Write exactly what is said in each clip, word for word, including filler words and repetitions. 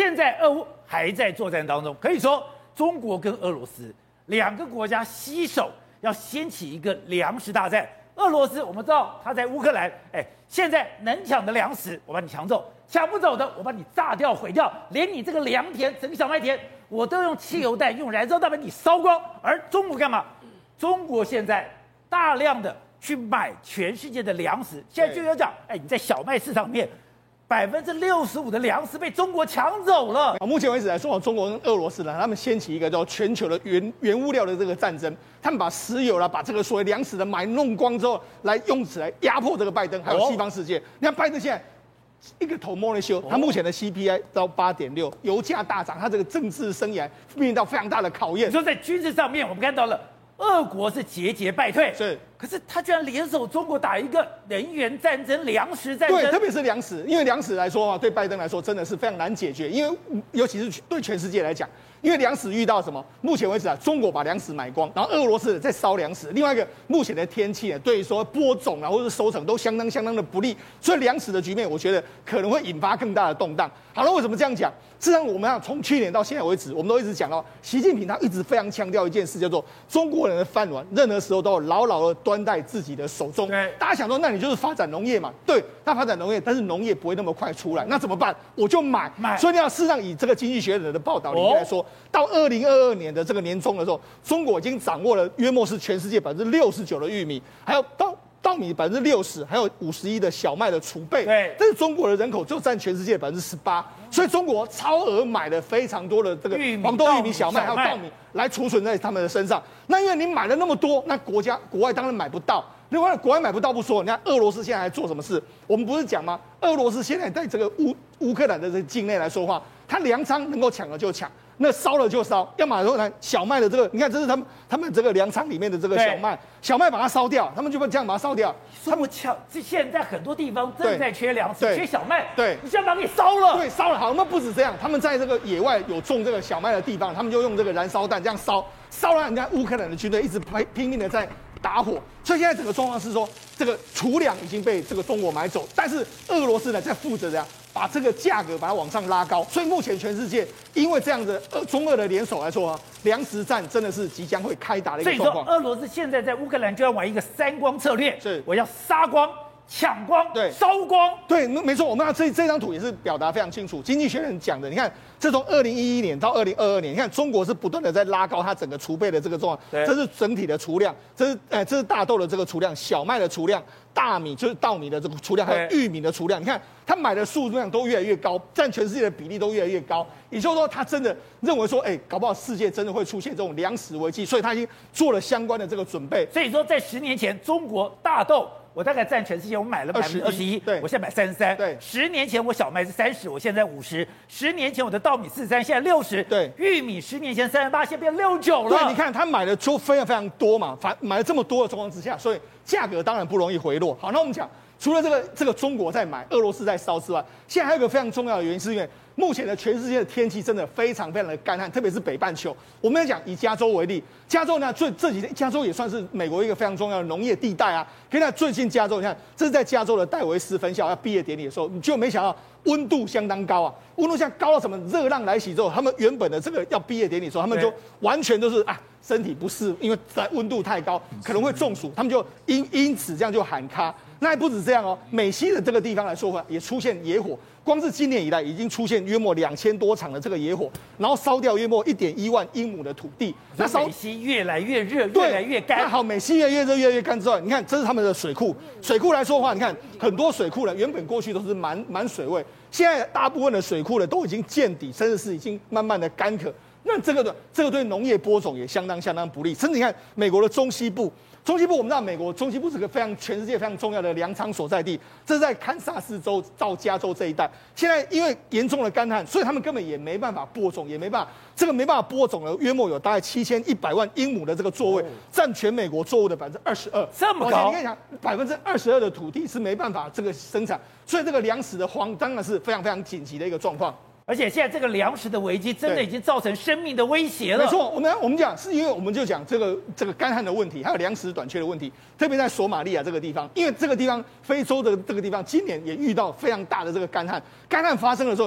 现在俄乌还在作战当中，可以说中国跟俄罗斯两个国家携手要掀起一个粮食大战。俄罗斯我们知道他在乌克兰，哎，现在能抢的粮食我把你抢走，抢不走的我把你炸掉毁掉，连你这个良田整个小麦田我都用汽油弹用燃烧弹把你烧光。而中国干嘛？中国现在大量的去买全世界的粮食，现在就有讲，哎，你在小麦市场里面百分之六十五的粮食被中国抢走了。 啊，目前为止来说，中国跟俄罗斯呢，他们掀起一个叫全球的原原物料的这个战争。他们把石油啦，把这个所谓粮食的买弄光之后，来用此来压迫这个拜登还有西方世界。你看拜登现在一个头摸了修，他目前的 C P I 到八点六，油价大涨，他这个政治生涯面临到非常大的考验。 你说在军事上面，我们看到了俄国是节节败退， 是。 可是他居然联手中国打一个能源战争、粮食战争。 对，特别是粮食，因为粮食来说啊，对拜登来说真的是非常难解决，因为尤其是对全世界来讲，因为粮食遇到什么？目前为止啊，中国把粮食买光，然后俄罗斯在烧粮食。另外一个，目前的天气啊，对于说播种啊或者收成都相当相当的不利，所以粮食的局面，我觉得可能会引发更大的动荡。好了，为什么这样讲？事实上，我们要从去年到现在为止，我们都一直讲到，习近平他一直非常强调一件事，叫做中国人的饭碗，任何时候都要牢牢的端在自己的手中。大家想说，那你就是发展农业嘛？对，他发展农业，但是农业不会那么快出来，那怎么办？我就买。买。所以你要事实上以这个经济学人的报道里面来说，哦、到二零二二年的这个年中的时候，中国已经掌握了约莫是全世界百分之六十九的玉米，还有到。稻米百分之六十，还有五十一的小麦的储备。 对， 但是中国的人口就占全世界百分之十八，所以中国超额买了非常多的这个黄豆、玉米、小麦还有稻米来储存在他们的身上。那因为你买了那么多，那国家国外当然买不到。另外，国外买不到不说，你看俄罗斯现在还做什么事？我们不是讲吗？俄罗斯现在在这个乌乌克兰的这个境内来说话，它粮仓能够抢了就抢。那烧了就烧，要么说呢小麦的这个，你看这是他们他们这个粮仓里面的这个小麦，小麦把它烧掉，他们就会这样把它烧掉。 他们抢，现在很多地方正在缺粮食，缺小麦， 对， 你现在把它给烧了， 对，烧了。好，那不止这样，他们在这个野外有种这个小麦的地方，他们就用这个燃烧弹这样烧，烧了人家乌克兰的军队一直拼拼命的在打火，所以现在整个状况是说，这个储粮已经被这个中国买走，但是俄罗斯呢在负责这样。把这个价格把它往上拉高，所以目前全世界因为这样的俄中俄的联手来说啊，粮食战真的是即将会开打的一个状况。 所以说，俄罗斯现在在乌克兰就要玩一个三光策略， 是我要杀光、抢光、 对烧光。 对，没错，我们要这这张图也是表达非常清楚。经济学人讲的，你看，这从二零一一年到二零二二年，你看中国是不断的在拉高它整个储备的这个状况，这是整体的储量，这是呃这是大豆的这个储量，小麦的储量。大米就是稻米的这个储量，还有玉米的储量，你看他买的数量都越来越高，占全世界的比例都越来越高。也就是说，他真的认为说，哎，搞不好世界真的会出现这种粮食危机，所以他已经做了相关的这个准备。 所以说，在十年前，中国大豆我大概占全世界，我买了百分之二十一，对，我现在买三十三。 对， 十年前我小麦是三十，我现在五十。十年前我的稻米四十三，现在六十。 对， 玉米十年前三十八，现在变六十九了。 对，你看他买的就非常非常多嘛，反买了这么多的状况之下，所以价格当然不容易回落。好，那我们讲。除了这个这个中国在买，俄罗斯在烧之外，现在还有一个非常重要的原因，是因为目前的全世界的天气真的非常非常的干旱，特别是北半球。我们要讲以加州为例，加州呢最这几天，加州也算是美国一个非常重要的农业地带啊。可是最近加州，你看这是在加州的戴维斯分校要毕业典礼的时候，你就没想到温度相当高啊，温度像高到什么？热浪来袭之后，他们原本的这个要毕业典礼的时候，他们就完全都是啊身体不适，因为在温度太高可能会中暑，他们就因因此这样就喊卡。那还不止这样哦，美西的这个地方来说话，也出现野火。光是今年以来，已经出现约莫两千多场的这个野火，然后烧掉约莫一点一万英亩的土地。 那烧美西越来越热，越来越干。 那好，美西越来越热，越来越干之后，你看这是他们的水库。水库来说的话，你看很多水库呢，原本过去都是满满水位，现在大部分的水库呢都已经见底，甚至是已经慢慢的干渴。那这个的这个对农业播种也相当相当不利，甚至你看美国的中西部。中西部我们知道，美国中西部是个非常全世界非常重要的粮仓所在地，这是在堪萨斯州到加州这一带。现在因为严重的干旱，所以他们根本也没办法播种，也没办法这个没办法播种了，约莫有大概七千一百万英亩的这个作位，占全美国作物的百分之二十二， 这么高。 你看想，百分之二十二的土地是没办法这个生产，所以这个粮食的荒当然是非常非常紧急的一个状况。 而且现在这个粮食的危机真的已经造成生命的威胁了。 没错，我们我们讲是因为我们就讲这个这个干旱的问题，还有粮食短缺的问题，特别在索马利亚这个地方，因为这个地方非洲的这个地方今年也遇到非常大的这个干旱。干旱发生的时候，你看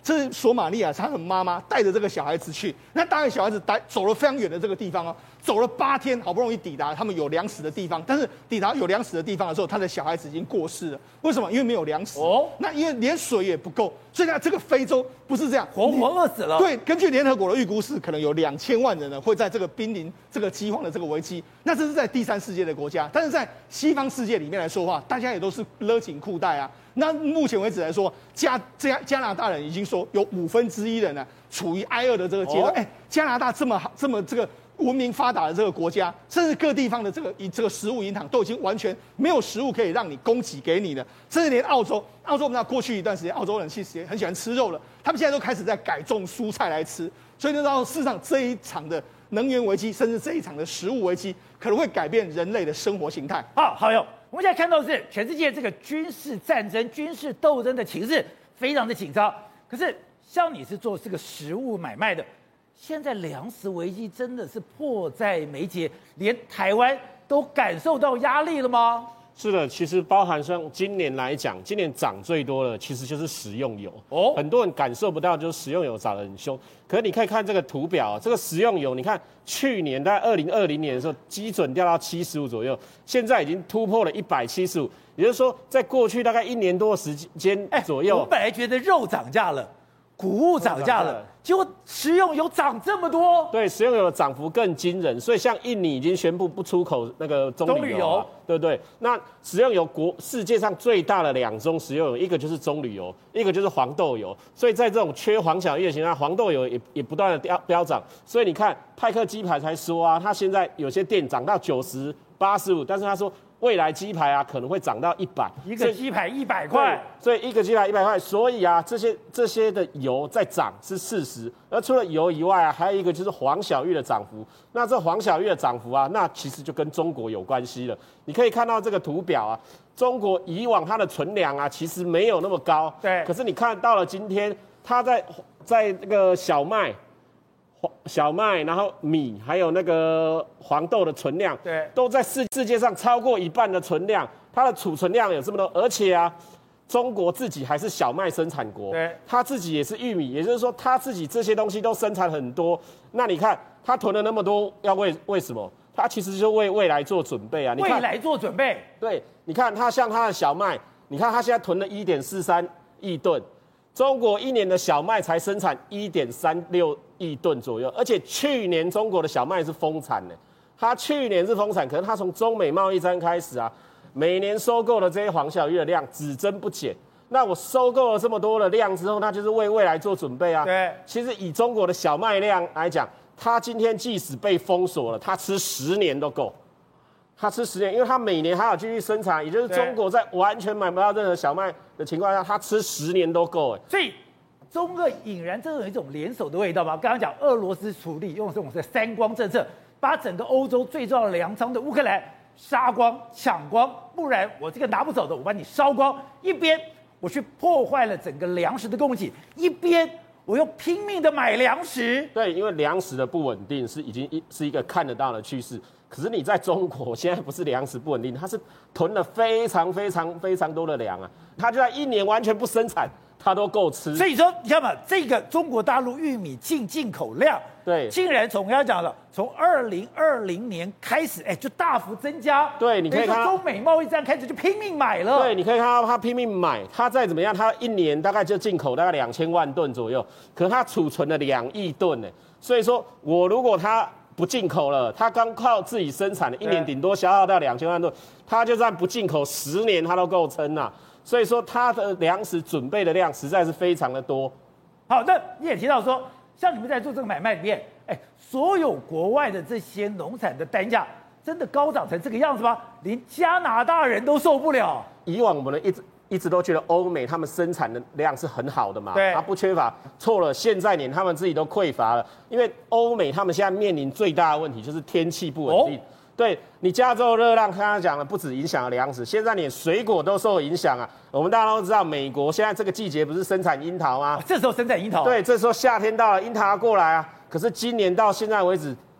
这是索马利亚他的妈妈带着这个小孩子去，那当然小孩子带走了非常远的这个地方哦，走了八天，好不容易抵达他们有粮食的地方，但是抵达有粮食的地方的时候，他的小孩子已经过世了。为什么？因为没有粮食哦，那因为连水也不够，所以呢，这个非洲不是这样， 活活饿死了。 对，根据联合国的预估是可能有两千万人呢会在这个濒临这个饥荒的这个危机。那这是在第三世界的国家，但是在西方世界里面来说的话，大家也都是勒紧裤带啊。那目前为止来说，加加加拿大人已经说有五分之一人呢处于挨饿的这个阶段。哎、哦，加拿大这么好，这么这个文明发达的这个国家，甚至各地方的这个以这个食物银行都已经完全没有食物可以让你供给给你了。甚至连澳洲，澳洲我们知道过去一段时间，澳洲人其实也很喜欢吃肉了，他们现在都开始在改种蔬菜来吃。所以就到事实上这一场的能源危机，甚至这一场的食物危机，可能会改变人类的生活形态。 好，好友。我们现在看到的是全世界这个军事战争、军事斗争的情势非常的紧张。可是像你是做这个食物买卖的，现在粮食危机真的是迫在眉睫，连台湾都感受到压力了吗？ 是的，其实包含像今年来讲，今年涨最多的其实就是食用油哦， 很多人感受不到，就是食用油涨得很凶。可是你可以看这个图表，这个食用油，你看去年在二零二零年的时候，基准掉到七十五左右，现在已经突破了一百七十五，也就是说，在过去大概一年多的时间左右， 我本来觉得肉涨价了。谷物涨价了，结果食用油涨这么多。 对，食用油的涨幅更惊人，所以像印尼已经宣布不出口那个棕榈油，油对不对？那食用油国世界上最大的两种食用油，一个就是棕榈油，一个就是黄豆油。所以在这种缺黄小玉的情况下，黄豆油也也不断的飙飙涨。所以你看派克鸡排才说啊，它现在有些店涨到九十、八十五，但是他说。未来鸡排啊可能会涨到一百， 一个鸡排一百块， 所以一个鸡排一百块，所以啊这些这些的油在涨是事实。而除了油以外啊，还有一个就是黄小玉的涨幅。那这黄小玉的涨幅啊，那其实就跟中国有关系了。你可以看到这个图表啊，中国以往它的存粮啊其实没有那么高， 对。 可是你看到了今天，它在在那个小麦。小麦，然后米，还有那个黄豆的存量， 对， 都在世世界上超过一半的存量，它的储存量有这么多，而且啊，中国自己还是小麦生产国， 对， 它自己也是玉米，也就是说，它自己这些东西都生产很多。那你看，它囤了那么多，要为为什么？它其实就是为未来做准备啊！你看未来做准备， 对，你看它像它的小麦，你看它现在囤了一点四三亿吨。中国一年的小麦才生产一点三六亿吨左右，而且去年中国的小麦是丰产的，它去年是丰产，可是它从中美贸易战开始啊，每年收购的这些黄小玉的量只增不减。那我收购了这么多的量之后，那就是为未来做准备啊。 对， 其实以中国的小麦量来讲，它今天即使被封锁了，它吃十年都够。它吃十年，因为它每年还要继续生产，也就是中国在完全买不到任何小麦的情况下，它吃十年都够哎。 所以中俄引燃这有一种联手的味道吧？刚刚讲俄罗斯处理用这种三光政策，把整个欧洲最重要的粮仓的乌克兰杀光、抢光，不然我这个拿不走的，我把你烧光。一边我去破坏了整个粮食的供给，一边我又拼命的买粮食。 对，因为粮食的不稳定是已经一是一个看得到的趋势。可是你在中国现在不是粮食不稳定，它是囤了非常非常非常多的粮啊，它就在一年完全不生产，它都够吃。 所以说，你看嘛，这个中国大陆玉米进进口量， 对， 竟然从刚刚讲了，从二零二零年开始，哎，就大幅增加。 对，你可以看到中美贸易战开始就拼命买了。 对，你可以看到它拼命买，它再怎么样，它一年大概就进口大概两千万吨左右，可是它储存了两亿吨呢。所以说我如果它不进口了，它刚靠自己生产的，一年顶多消耗到两千万吨，它就算不进口十年，它都够撑啊。所以说，它的粮食准备的量实在是非常的多。 好，那你也提到说，像你们在做这个买卖里面，哎，所有国外的这些农产的单价真的高涨成这个样子吗？连加拿大人都受不了。 以往我们一直一直都觉得欧美他们生产的量是很好的嘛， 对， 它不缺乏。错了，现在连他们自己都匮乏了，因为欧美他们现在面临最大的问题就是天气不稳定。哦，对你加州热浪，刚刚讲了，不止影响了粮食，现在连水果都受影响啊。我们大家都知道，美国现在这个季节不是生产樱桃吗？ 这时候生产樱桃， 对，这时候夏天到了，樱桃要过来啊。可是今年到现在为止，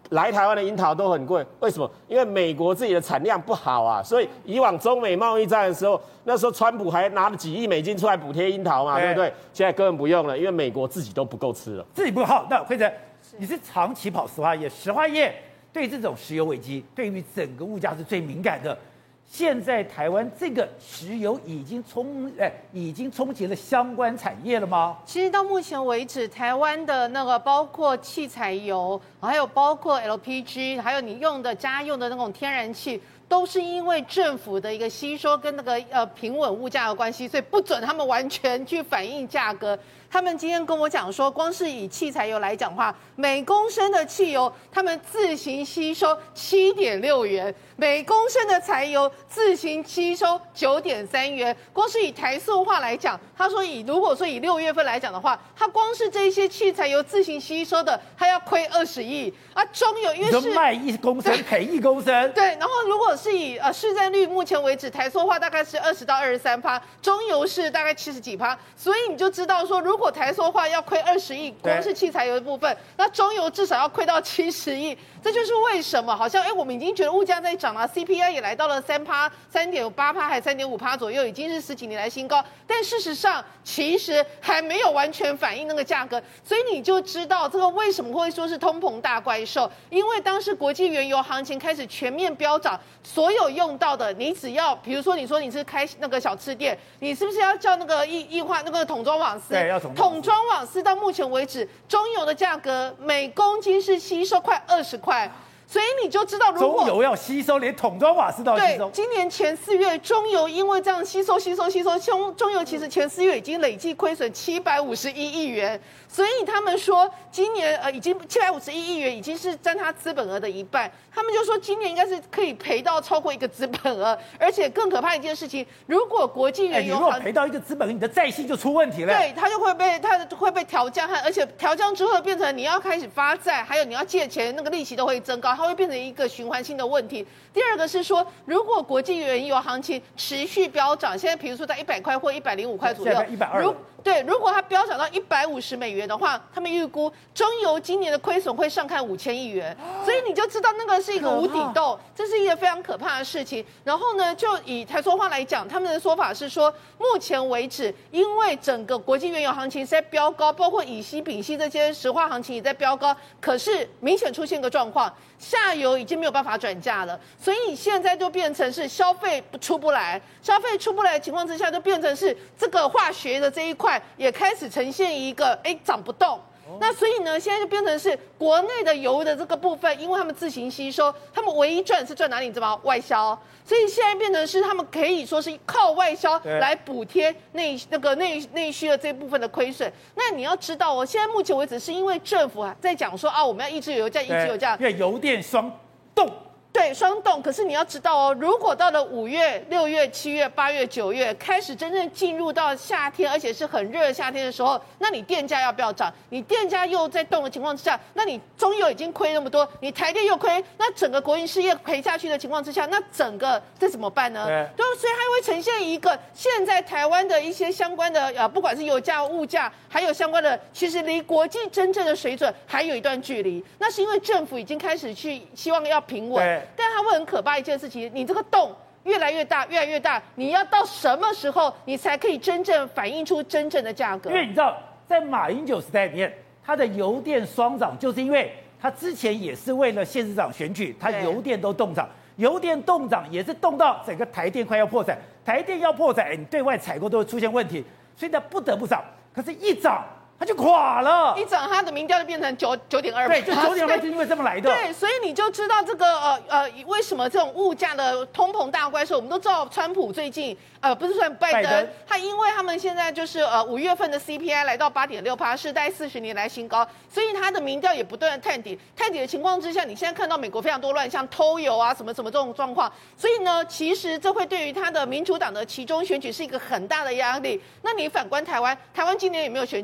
来台湾的樱桃都很贵，为什么？因为美国自己的产量不好啊，所以以往中美贸易战的时候，那时候川普还拿了几亿美金出来补贴樱桃嘛，对不对？现在根本不用了，因为美国自己都不够吃了。 自己不好，那辉成，你是长期跑石化业，石化业对这种石油危机，对于整个物价是最敏感的。现在台湾这个石油已经冲，哎，已经冲击了相关产业了吗？ 其实到目前为止，台湾的那个包括汽柴油，还有包括 L P G， 还有你用的家用的那种天然气，都是因为政府的一个吸收跟那个呃平稳物价的关系，所以不准他们完全去反映价格。他们今天跟我讲说，光是以汽柴油来讲的话，每公升的汽油他们自行吸收七点六元，每公升的柴油自行吸收九点三元。光是以台塑化来讲，他说以如果说以六月份来讲的话，他光是这些汽柴油自行吸收的，他要亏二十亿啊。中油因为是卖一公升赔一公升， 对，然后如果是以呃市占率，目前为止台塑化大概是二十到二十三趴，中油是大概七十几趴，所以你就知道说，如果台塑化要亏二十亿，光是汽柴油的部分，那中油至少要亏到七十亿。这就是为什么好像哎，我们已经觉得物价在涨了 ，C P I 也来到了三趴、三点八趴还三点五趴左右，已经是十几年来新高。但事实上，其实还没有完全反映那个价格，所以你就知道这个为什么会说是通膨大怪兽，因为当时国际原油行情开始全面飙涨，所有用到的，你只要比如说你说你是开那个小吃店，你是不是要叫那个易易化那个桶装网丝？ 对，要桶桶装网丝到目前为止，中油的价格每公斤是吸收快二十块。所以你就知道，如果中油要吸收，连桶装瓦斯都要吸收。 对，今年前四月，中油因为这样吸收、吸收、吸收，中中油其实前四月已经累计亏损七百五十一亿元，所以他们说今年呃已经七百五十一亿元已经是占他资本额的一半，他们就说今年应该是可以赔到超过一个资本额，而且更可怕的一件事情，如果国际原油行， 哎，你如果赔到一个资本额，你的债息就出问题了。 对，它就会被它会被调降，而且调降之后变成你要开始发债，还有你要借钱，那个利息都会增高，它会变成一个循环性的问题。第二个是说，如果国际原油行情持续飙涨，现在比如说在一百块或一百零五块左右， 一百二。 对，如果它飙涨到一百五十美元的话，他们预估中油今年的亏损会上看五千亿元，所以你就知道那个是一个无底洞，这是一个非常可怕的事情。然后呢，就以台塑化来讲，他们的说法是说，目前为止，因为整个国际原油行情是在飙高，包括乙烯、丙烯这些石化行情也在飙高，可是明显出现个状况，下游已经没有办法转嫁了，所以现在就变成是消费出不来，消费出不来的情况之下，就变成是这个化学的这一块也开始呈现一个哎涨不动。那所以呢，现在就变成是国内的油的这个部分，因为他们自行吸收，他们唯一赚是赚哪里？你知道吗？外销。所以现在变成是他们可以说是靠外销来补贴内那个内内需的这部分的亏损。那你要知道哦，现在目前为止是因为政府啊在讲说啊，我们要抑制油价，抑制油价， 因为油电双动。 对，双动。可是你要知道哦，如果到了五月、六月、七月、八月、九月，开始真正进入到夏天，而且是很热的夏天的时候，那你电价要不要涨？你电价又在动的情况之下，那你中油已经亏那么多，你台电又亏，那整个国营事业赔下去的情况之下，那整个这怎么办呢？对，对，所以它会呈现一个现在台湾的一些相关的呃，不管是油价、物价，还有相关的，其实离国际真正的水准还有一段距离。那是因为政府已经开始去希望要平稳。但它会很可怕一件事情，你这个洞越来越大，越来越大，你要到什么时候你才可以真正反映出真正的价格？ 因为你知道，在马英九时代里面，它的油电双涨，就是因为它之前也是为了县市长选举，它油电都动涨，油电动涨也是动到整个台电快要破产，台电要破产，哎，你对外采购都会出现问题，所以它不得不涨，可是一涨。它就垮了， 一涨它的民调就变成九九点二， 对，就九点二，就因为这么来的。 对，所以你就知道这个呃呃，为什么这种物价的通膨大怪兽，我们都知道，川普最近呃不是算拜登，拜登他因为他们现在就是呃五月份的 C P I 来到八点六趴，是在四十年来新高，所以他的民调也不断的探底，探底的情况之下，你现在看到美国非常多乱象，偷油啊什么什么这种状况，所以呢，其实这会对于他的民主党的期中选举是一个很大的压力。那你反观台湾，台湾今年有没有选举？ 有。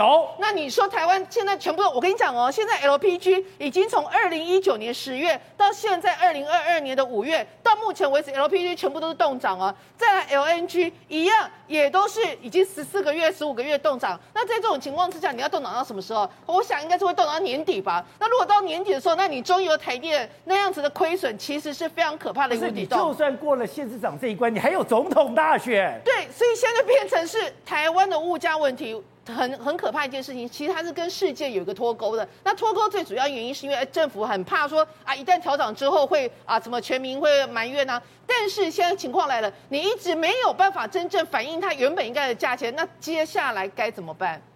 油。 那你说台湾现在全部，我跟你讲哦，现在 L P G 已经从二零一九年十月到现在二零二二年的五月，到目前为止 L P G 全部都是冻涨哦。再来 L N G 一样，也都是已经十四个月、十五个月冻涨。那在这种情况之下，你要冻涨到什么时候？我想应该是会冻涨到年底吧。那如果到年底的时候，那你中油、台电那样子的亏损，其实是非常可怕的一个无底洞。 就算过了县市长这一关，你还有总统大选。 对，所以现在就变成是台湾的物价问题。很很可怕一件事情，其实它是跟世界有一个脱钩的。那脱钩最主要原因是因为政府很怕说啊，一旦调涨之后会啊，怎么全民会埋怨啊。但是现在情况来了，你一直没有办法真正反映它原本应该的价钱，那接下来该怎么办？